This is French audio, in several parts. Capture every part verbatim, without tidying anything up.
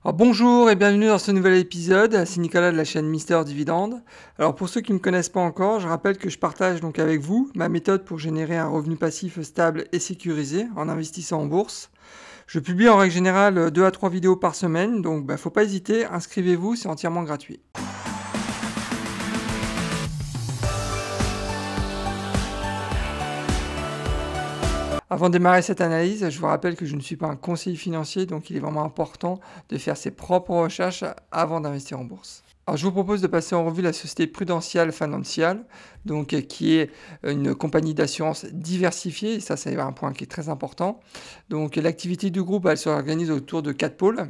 Alors bonjour et bienvenue dans ce nouvel épisode, c'est Nicolas de la chaîne Mister Dividende. Alors pour ceux qui ne me connaissent pas encore, je rappelle que je partage donc avec vous ma méthode pour générer un revenu passif stable et sécurisé en investissant en bourse. Je publie en règle générale deux à trois vidéos par semaine, donc bah, faut pas hésiter, inscrivez-vous, c'est entièrement gratuit. Avant de démarrer cette analyse, je vous rappelle que je ne suis pas un conseiller financier, donc il est vraiment important de faire ses propres recherches avant d'investir en bourse. Alors, je vous propose de passer en revue la société Prudential Financial, donc, qui est une compagnie d'assurance diversifiée, et ça c'est un point qui est très important. Donc l'activité du groupe, elle s'organise autour de quatre pôles.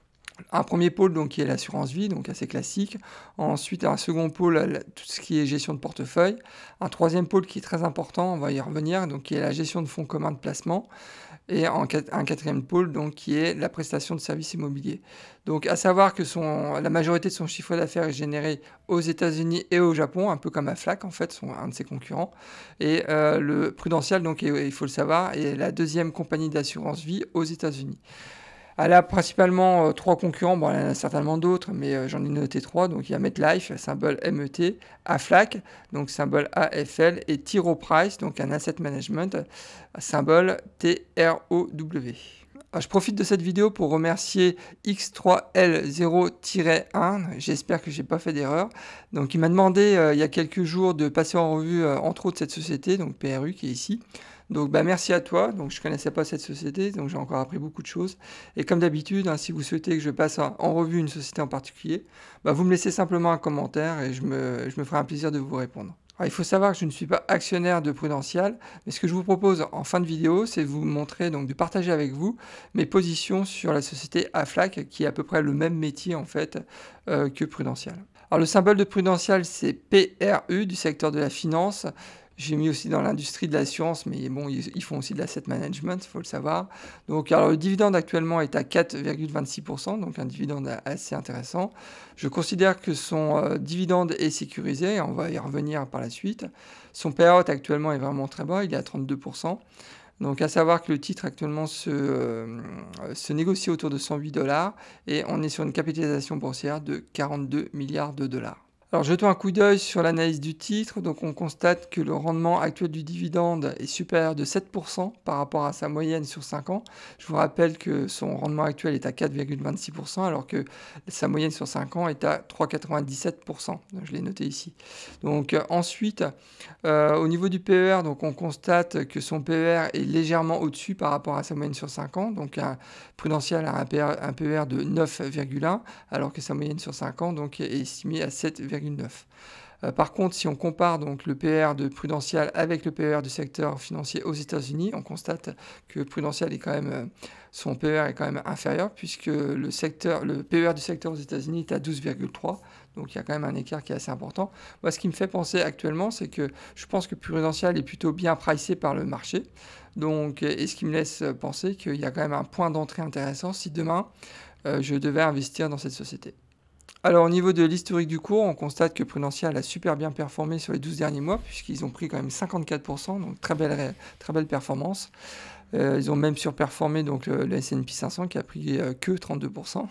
Un premier pôle donc, qui est l'assurance vie, donc assez classique. Ensuite, un second pôle, tout ce qui est gestion de portefeuille. Un troisième pôle qui est très important, on va y revenir, donc qui est la gestion de fonds communs de placement. Et un quatrième pôle donc, qui est la prestation de services immobiliers. Donc à savoir que son, la majorité de son chiffre d'affaires est généré aux États-Unis et au Japon, un peu comme Aflac en fait, sont un de ses concurrents. Et euh, le Prudential, donc, il faut le savoir, est la deuxième compagnie d'assurance vie aux États-Unis. Elle a principalement euh, trois concurrents, bon, elle en a certainement d'autres, mais euh, j'en ai noté trois. Donc il y a MetLife, symbole M E T, Aflac, donc symbole A F L, et T. Rowe Price, donc un asset management, symbole T R O W. Alors, je profite de cette vidéo pour remercier X trois L zéro un, j'espère que je n'ai pas fait d'erreur. Donc il m'a demandé euh, il y a quelques jours de passer en revue euh, entre autres cette société, donc P R U qui est ici. Donc bah, merci à toi, donc je ne connaissais pas cette société, donc j'ai encore appris beaucoup de choses. Et comme d'habitude, hein, si vous souhaitez que je passe en revue une société en particulier, bah, vous me laissez simplement un commentaire et je me, je me ferai un plaisir de vous répondre. Alors, il faut savoir que je ne suis pas actionnaire de Prudential, mais ce que je vous propose en fin de vidéo, c'est de vous montrer, donc de partager avec vous mes positions sur la société Aflac, qui est à peu près le même métier en fait euh, que Prudential. Alors le symbole de Prudential, c'est P R U du secteur de la finance. J'ai mis aussi dans l'industrie de l'assurance, mais bon, ils font aussi de l'asset management, il faut le savoir. Donc, alors, le dividende actuellement est à quatre virgule vingt-six pour cent, donc un dividende assez intéressant. Je considère que son euh, dividende est sécurisé, on va y revenir par la suite. Son payout actuellement est vraiment très bas, il est à trente-deux pour cent. Donc, à savoir que le titre actuellement se, euh, se négocie autour de cent huit dollars et on est sur une capitalisation boursière de quarante-deux milliards de dollars. Alors jetons un coup d'œil sur l'analyse du titre, donc on constate que le rendement actuel du dividende est supérieur de sept pour cent par rapport à sa moyenne sur cinq ans. Je vous rappelle que son rendement actuel est à quatre virgule vingt-six pour cent alors que sa moyenne sur cinq ans est à trois virgule quatre-vingt-dix-sept pour cent. Je l'ai noté ici. Donc euh, ensuite, euh, au niveau du P E R, donc on constate que son P E R est légèrement au-dessus par rapport à sa moyenne sur cinq ans. Donc un Prudential a un P E R, un P E R de neuf virgule un alors que sa moyenne sur cinq ans donc, est estimée à sept virgule neuf. Euh, par contre, si on compare donc le P E R de Prudential avec le P E R du secteur financier aux États-Unis, on constate que Prudential est quand même, euh, son P E R est quand même inférieur puisque le, secteur, le P E R du secteur aux États-Unis est à douze virgule trois. Donc il y a quand même un écart qui est assez important. Moi, ce qui me fait penser actuellement, c'est que je pense que Prudential est plutôt bien pricé par le marché. Donc, et ce qui me laisse penser qu'il y a quand même un point d'entrée intéressant si demain euh, je devais investir dans cette société. Alors au niveau de l'historique du cours, on constate que Prudential a super bien performé sur les douze derniers mois, puisqu'ils ont pris quand même cinquante-quatre pour cent, donc très belle, très belle performance. Euh, ils ont même surperformé donc, le, le S and P cinq cents qui a pris euh, que trente-deux pour cent.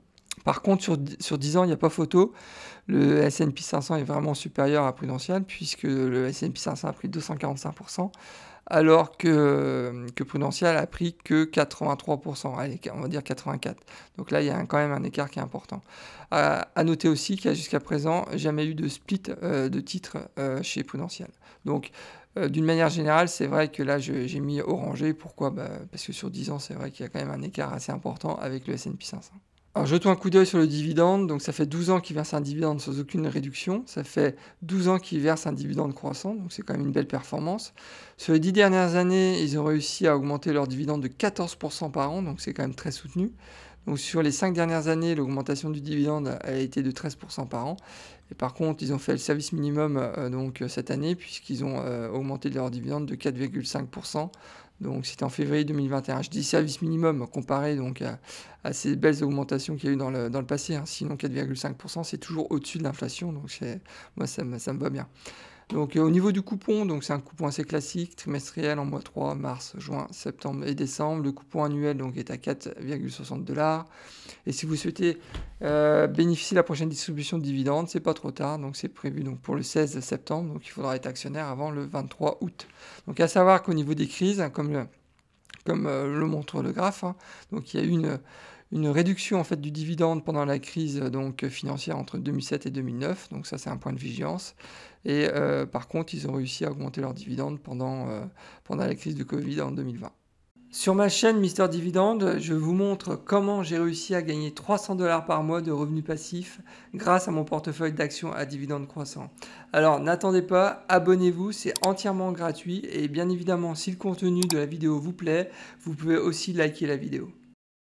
Par contre, sur, sur dix ans, il n'y a pas photo. Le S and P cinq cents est vraiment supérieur à Prudential, puisque le S and P cinq cents a pris deux cent quarante-cinq pour cent, alors que, que Prudential a pris que quatre-vingt-trois pour cent, allez, on va dire quatre-vingt-quatre pour cent. Donc là, il y a quand même un écart qui est important. À, à noter aussi qu'il n'y a jusqu'à présent jamais eu de split euh, de titres euh, chez Prudential. Donc, euh, d'une manière générale, c'est vrai que là, je, j'ai mis orangé. Pourquoi bah, parce que sur dix ans, c'est vrai qu'il y a quand même un écart assez important avec le S and P cinq cents. Alors, jetons un coup d'œil sur le dividende. Donc, ça fait douze ans qu'il verse un dividende sans aucune réduction. Ça fait douze ans qu'il verse un dividende croissant. Donc, c'est quand même une belle performance. Sur les dix dernières années, ils ont réussi à augmenter leur dividende de quatorze pour cent par an. Donc, c'est quand même très soutenu. Donc, sur les cinq dernières années, l'augmentation du dividende a été de treize pour cent par an. Et par contre, ils ont fait le service minimum euh, donc, cette année, puisqu'ils ont euh, augmenté leur dividende de quatre virgule cinq pour cent. Donc c'était en février deux mille vingt et un. Je dis service minimum comparé donc à, à ces belles augmentations qu'il y a eu dans le, dans le passé. Hein. Sinon quatre virgule cinq pour cent c'est toujours au-dessus de l'inflation. Donc moi ça me, ça me va bien. Donc euh, au niveau du coupon, donc c'est un coupon assez classique, trimestriel en mois trois, mars, juin, septembre et décembre. Le coupon annuel donc est à quatre virgule soixante dollars. Et si vous souhaitez euh, bénéficier de la prochaine distribution de dividendes, c'est pas trop tard. Donc c'est prévu donc pour le seize septembre. Donc il faudra être actionnaire avant le vingt-trois août. Donc à savoir qu'au niveau des crises, hein, comme le, comme euh, le montre le graphe, hein, donc il y a eu une une réduction en fait du dividende pendant la crise donc financière entre deux mille sept et deux mille neuf, donc ça c'est un point de vigilance. Et euh, par contre, ils ont réussi à augmenter leurs dividendes pendant, euh, pendant la crise de Covid en deux mille vingt. Sur ma chaîne Mister Dividende, je vous montre comment j'ai réussi à gagner trois cents dollars par mois de revenus passifs grâce à mon portefeuille d'actions à dividendes croissants. Alors n'attendez pas, abonnez-vous, c'est entièrement gratuit et bien évidemment si le contenu de la vidéo vous plaît, vous pouvez aussi liker la vidéo.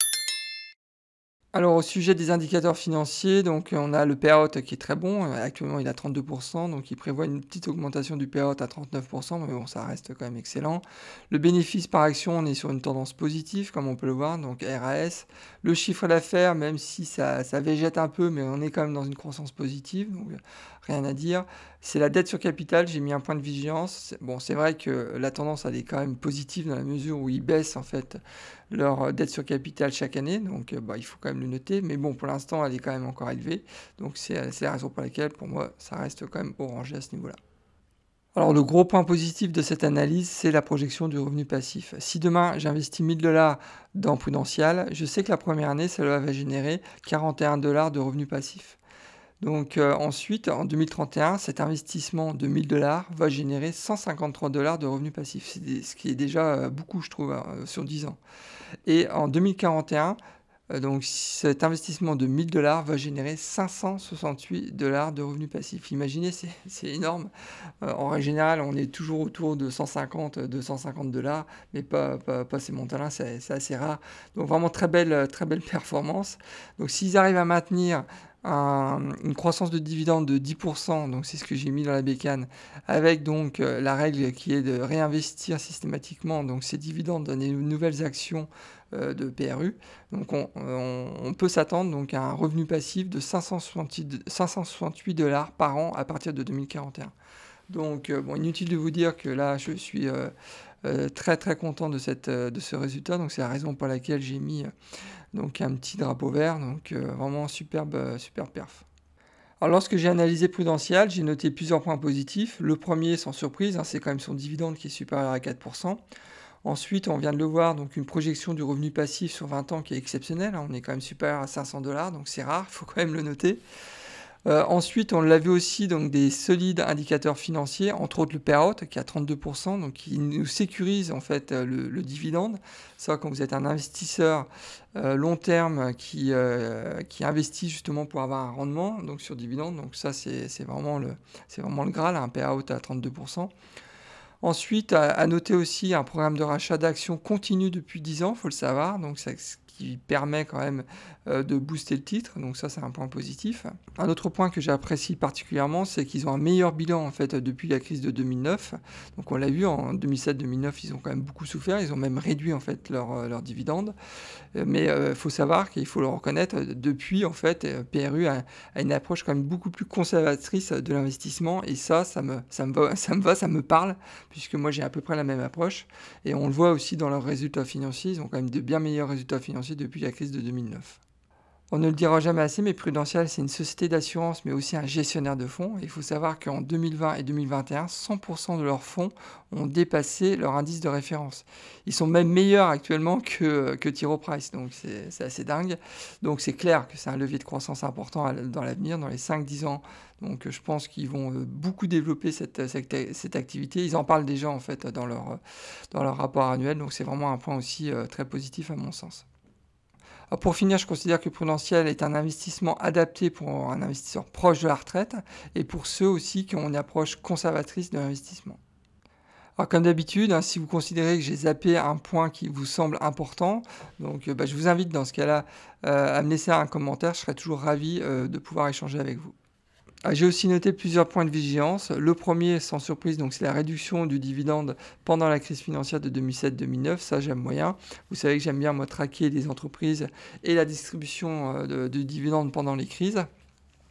Alors au sujet des indicateurs financiers, donc on a le payout qui est très bon, actuellement il est à trente-deux pour cent, donc il prévoit une petite augmentation du payout à trente-neuf pour cent, mais bon ça reste quand même excellent. Le bénéfice par action, on est sur une tendance positive comme on peut le voir, donc R A S. Le chiffre d'affaires, même si ça, ça végète un peu, mais on est quand même dans une croissance positive, donc rien à dire. C'est la dette sur capital, j'ai mis un point de vigilance. Bon, c'est vrai que la tendance elle est quand même positive dans la mesure où ils baissent en fait leur dette sur capital chaque année, donc bah, il faut quand même le noter, mais bon pour l'instant elle est quand même encore élevée, donc c'est la raison pour laquelle pour moi ça reste quand même orangé à ce niveau-là. Alors le gros point positif de cette analyse, c'est la projection du revenu passif. Si demain j'investis mille dollars dans Prudential, je sais que la première année, ça va générer quarante et un dollars de revenus passifs. Donc euh, ensuite, en deux mille trente et un, cet investissement de mille dollars va générer cent cinquante-trois dollars de revenus passifs, c'est ce qui est déjà euh, beaucoup, je trouve, euh, sur dix ans. Et en deux mille quarante et un, euh, donc cet investissement de mille dollars va générer cinq cent soixante-huit dollars de revenus passifs. Imaginez, c'est énorme. Euh, en règle générale, on est toujours autour de cent cinquante, deux cent cinquante dollars, mais pas, pas, pas ces montants-là, c'est assez rare. Donc vraiment très belle, très belle performance. Donc s'ils arrivent à maintenir Un, une croissance de dividendes de dix pour cent, donc c'est ce que j'ai mis dans la bécane, avec donc euh, la règle qui est de réinvestir systématiquement donc ces dividendes dans des nouvelles actions euh, de P R U. Donc on, on, on peut s'attendre donc à un revenu passif de cinq cent soixante-huit dollars par an à partir de deux mille quarante et un. Donc euh, bon, inutile de vous dire que là je suis euh, euh, très très content de, cette, euh, de ce résultat, donc c'est la raison pour laquelle j'ai mis euh, donc un petit drapeau vert, donc euh, vraiment superbe, euh, superbe perf. Alors lorsque j'ai analysé Prudential, j'ai noté plusieurs points positifs. Le premier, sans surprise, hein, c'est quand même son dividende qui est supérieur à quatre pour cent. Ensuite, on vient de le voir, donc une projection du revenu passif sur vingt ans qui est exceptionnelle, hein, on est quand même supérieur à cinq cents dollars, donc c'est rare, il faut quand même le noter. Euh, ensuite, on l'a vu aussi, donc des solides indicateurs financiers, entre autres le payout qui est à trente-deux pour cent, donc qui nous sécurise en fait le, le dividende. Ça, quand vous êtes un investisseur euh, long terme qui, euh, qui investit justement pour avoir un rendement donc sur dividende, donc ça c'est vraiment, vraiment le Graal, un payout à trente-deux pour cent. Ensuite, à, à noter aussi un programme de rachat d'actions continu depuis dix ans, il faut le savoir, donc ça, ce qui permet quand même euh, de booster le titre, donc ça c'est un point positif. Un autre point que j'apprécie particulièrement, c'est qu'ils ont un meilleur bilan en fait depuis la crise de deux mille neuf. Donc on l'a vu en deux mille sept deux mille neuf, ils ont quand même beaucoup souffert, ils ont même réduit en fait leurs leur dividendes. Mais il euh, faut savoir qu'il faut le reconnaître, depuis en fait P R U a, a une approche quand même beaucoup plus conservatrice de l'investissement, et ça, ça me, ça me va, ça me va, ça me parle, puisque moi j'ai à peu près la même approche, et on le voit aussi dans leurs résultats financiers, ils ont quand même de bien meilleurs résultats financiers depuis la crise de deux mille neuf. On ne le dira jamais assez, mais Prudential, c'est une société d'assurance, mais aussi un gestionnaire de fonds. Il faut savoir qu'en deux mille vingt et deux mille vingt et un, cent pour cent de leurs fonds ont dépassé leur indice de référence. Ils sont même meilleurs actuellement que, que T. Rowe Price, donc c'est assez dingue. Donc c'est clair que c'est un levier de croissance important dans l'avenir, dans les cinq dix ans. Donc je pense qu'ils vont beaucoup développer cette, cette, cette activité. Ils en parlent déjà en fait dans leur, dans leur rapport annuel, donc c'est vraiment un point aussi très positif à mon sens. Alors pour finir, je considère que Prudential est un investissement adapté pour un investisseur proche de la retraite et pour ceux aussi qui ont une approche conservatrice de l'investissement. Alors comme d'habitude, hein, si vous considérez que j'ai zappé un point qui vous semble important, donc bah, je vous invite dans ce cas-là euh, à me laisser un commentaire, je serai toujours ravi euh, de pouvoir échanger avec vous. J'ai aussi noté plusieurs points de vigilance. Le premier, sans surprise, donc c'est la réduction du dividende pendant la crise financière de deux mille sept deux mille neuf. Ça, j'aime moyen. Vous savez que j'aime bien, moi, traquer les entreprises et la distribution de, de dividendes pendant les crises.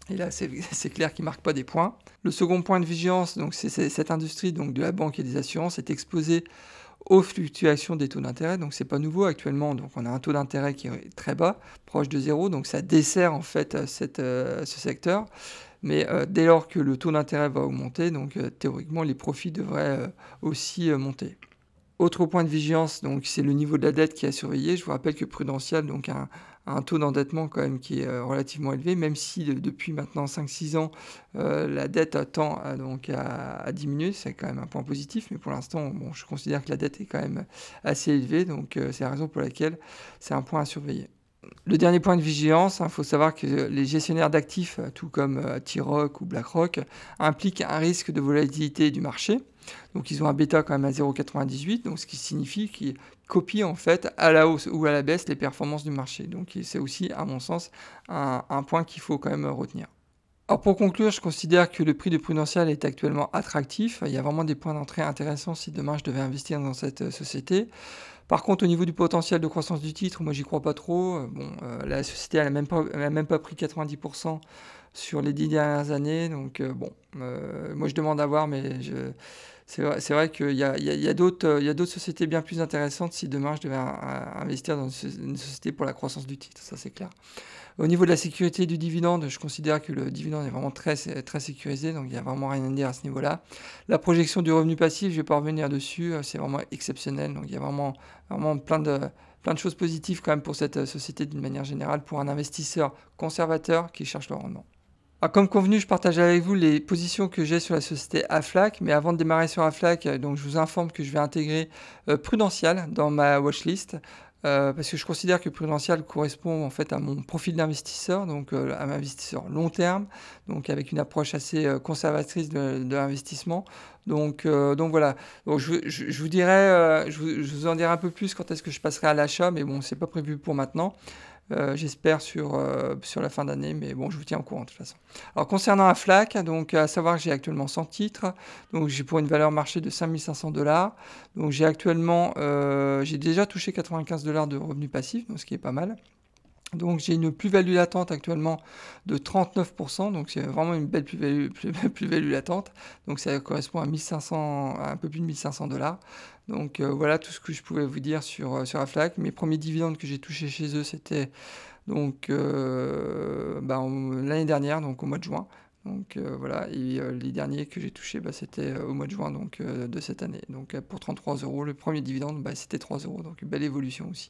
Et là, c'est c'est clair qu'il ne marque pas des points. Le second point de vigilance, donc c'est c'est cette industrie donc de la banque et des assurances est exposée aux fluctuations des taux d'intérêt. Donc c'est pas nouveau actuellement. Donc on a un taux d'intérêt qui est très bas, proche de zéro. Donc ça dessert en fait cette, euh, ce secteur. Mais euh, dès lors que le taux d'intérêt va augmenter, donc euh, théoriquement les profits devraient euh, aussi euh, monter. Autre point de vigilance, donc c'est le niveau de la dette qui est à surveiller. Je vous rappelle que Prudential donc, a un, a un taux d'endettement quand même qui est euh, relativement élevé, même si de, depuis maintenant cinq six ans, euh, la dette tend à, donc, à, à diminuer. C'est quand même un point positif, mais pour l'instant, bon, je considère que la dette est quand même assez élevée, donc euh, c'est la raison pour laquelle c'est un point à surveiller. Le dernier point de vigilance, il hein, faut savoir que les gestionnaires d'actifs, tout comme euh, T-Rock ou BlackRock, impliquent un risque de volatilité du marché. Donc ils ont un bêta quand même à zéro virgule quatre-vingt-dix-huit, donc ce qui signifie qu'ils copient en fait à la hausse ou à la baisse les performances du marché. Donc c'est aussi, à mon sens, un, un point qu'il faut quand même retenir. Alors pour conclure, je considère que le prix de Prudential est actuellement attractif. Il y a vraiment des points d'entrée intéressants si demain je devais investir dans cette société. Par contre, au niveau du potentiel de croissance du titre, moi j'y crois pas trop. Bon, euh, la société elle n'a même pas, elle a même pas pris quatre-vingt-dix pour cent sur les dix dernières années. Donc euh, bon, euh, moi je demande à voir, mais je, c'est vrai, c'est vrai qu'il y a, il y a, il y a d'autres, il y a d'autres sociétés bien plus intéressantes si demain je devais investir dans une société pour la croissance du titre, ça c'est clair. Au niveau de la sécurité du dividende, je considère que le dividende est vraiment très, très sécurisé, donc il n'y a vraiment rien à dire à ce niveau-là. La projection du revenu passif, je ne vais pas revenir dessus, c'est vraiment exceptionnel, donc il y a vraiment, vraiment plein de, plein de choses positives quand même pour cette société d'une manière générale, pour un investisseur conservateur qui cherche le rendement. Alors, comme convenu, je partage avec vous les positions que j'ai sur la société Aflac, mais avant de démarrer sur Aflac, donc je vous informe que je vais intégrer euh, Prudential dans ma watchlist. Euh, parce que je considère que Prudential correspond en fait à mon profil d'investisseur, donc euh, à un investisseur long terme, donc avec une approche assez euh, conservatrice de, de l'investissement. Donc, euh, donc voilà. Donc je, je, je vous dirai, euh, je, vous, je vous en dirai un peu plus quand est-ce que je passerai à l'achat, mais bon, c'est pas prévu pour maintenant. Euh, j'espère sur, euh, sur la fin d'année, mais bon, je vous tiens au courant de toute façon. Alors concernant Aflac, donc à savoir que j'ai actuellement cent titres, donc j'ai pour une valeur marché de cinq mille cinq cents dollars. Donc j'ai actuellement, euh, j'ai déjà touché quatre-vingt-quinze dollars de revenus passifs, donc ce qui est pas mal. Donc j'ai une plus-value latente actuellement de trente-neuf pour cent, donc c'est vraiment une belle plus-value plus-value latente. Donc ça correspond à mille cinq cents, à un peu plus de mille cinq cents dollars. Donc euh, voilà tout ce que je pouvais vous dire sur, sur Aflac. Mes premiers dividendes que j'ai touchés chez eux, c'était donc euh, bah, l'année dernière, donc au mois de juin. Donc euh, voilà, et euh, les derniers que j'ai touchés, bah, c'était euh, au mois de juin donc, euh, de cette année. Donc euh, pour trente-trois euros, le premier dividende, bah, c'était trois euros, donc une belle évolution aussi.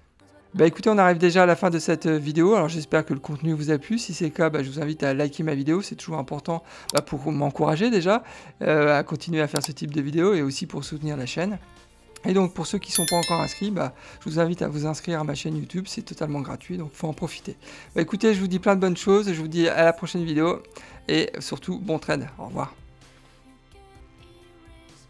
Bah écoutez, on arrive déjà à la fin de cette vidéo, alors j'espère que le contenu vous a plu. Si c'est le cas, bah, je vous invite à liker ma vidéo, c'est toujours important bah, pour m'encourager déjà euh, à continuer à faire ce type de vidéo et aussi pour soutenir la chaîne. Et donc pour ceux qui ne sont pas encore inscrits, bah, je vous invite à vous inscrire à ma chaîne YouTube, c'est totalement gratuit, donc il faut en profiter. Bah écoutez, je vous dis plein de bonnes choses, je vous dis à la prochaine vidéo et surtout bon trade, au revoir.